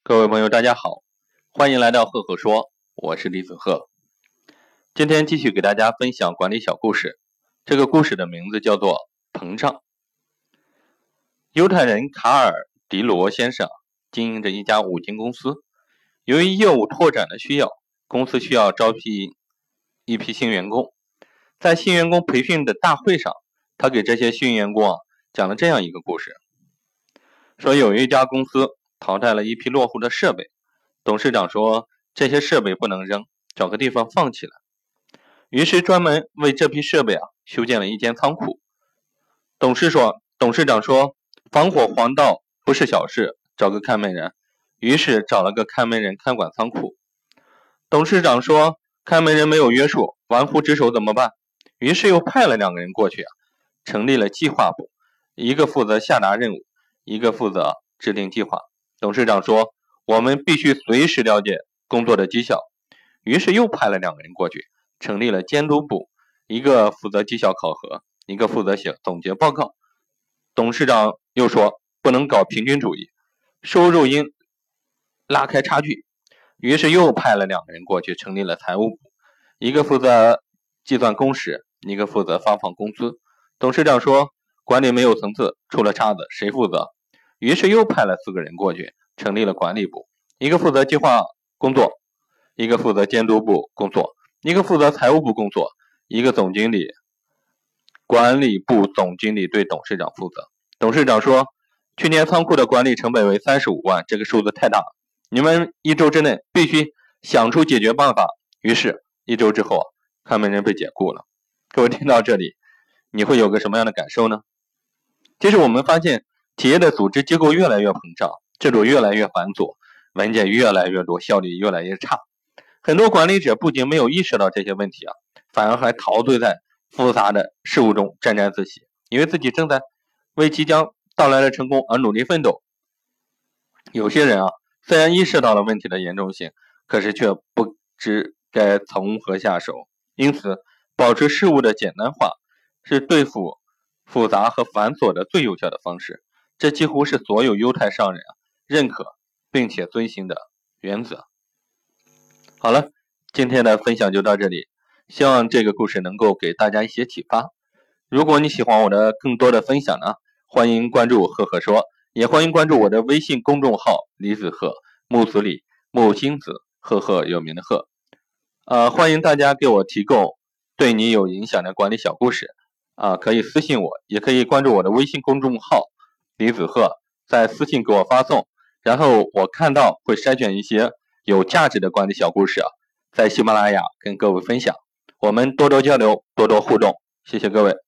各位朋友大家好，欢迎来到赫赫说，我是李子赫。今天继续给大家分享管理小故事，这个故事的名字叫做膨胀。犹太人卡尔迪罗先生经营着一家五金公司，由于业务拓展的需要，公司需要招聘一批新员工。在新员工培训的大会上，他给这些新员工讲了这样一个故事，说有一家公司淘汰了一批落后的设备，董事长说这些设备不能扔，找个地方放起来。于是专门为这批设备修建了一间仓库。董事长说防火防盗不是小事，找个看门人。于是找了个看门人看管仓库。董事长说看门人没有约束，玩忽职守怎么办？于是又派了2个人过去成立了计划部，一个负责下达任务，一个负责制定计划。董事长说我们必须随时了解工作的绩效，于是又派了2个人过去，成立了监督部，一个负责绩效考核，一个负责写总结报告。董事长又说不能搞平均主义，收入应拉开差距，于是又派了2个人过去，成立了财务部，一个负责计算工时，一个负责发放工资。董事长说管理没有层次，出了岔子谁负责？于是又派了4个人过去，成立了管理部，一个负责计划工作，一个负责监督部工作，一个负责财务部工作，一个总经理。管理部总经理对董事长负责。董事长说去年仓库的管理成本为35万，这个数字太大了，你们1周之内必须想出解决办法。于是1周之后看门人被解雇了。各位听到这里，你会有个什么样的感受呢？其实我们发现企业的组织结构越来越膨胀，制度越来越繁琐，文件越来越多，效率越来越差。很多管理者不仅没有意识到这些问题反而还陶醉在复杂的事物中沾沾自喜，以为自己正在为即将到来的成功而努力奋斗。有些人虽然意识到了问题的严重性，可是却不知该从何下手。因此保持事物的简单化是对付复杂和繁琐的最有效的方式，这几乎是所有犹太商人认可并且遵循的原则。好了，今天的分享就到这里，希望这个故事能够给大家一些启发。如果你喜欢我的更多的分享欢迎关注赫赫说，也欢迎关注我的微信公众号李子赫，木子李，木星子，赫赫有名的赫。欢迎大家给我提供对你有影响的管理小故事可以私信我，也可以关注我的微信公众号李子赫，在私信给我发送，然后我看到会筛选一些有价值的管理小故事在喜马拉雅跟各位分享。我们多多交流，多多互动，谢谢各位。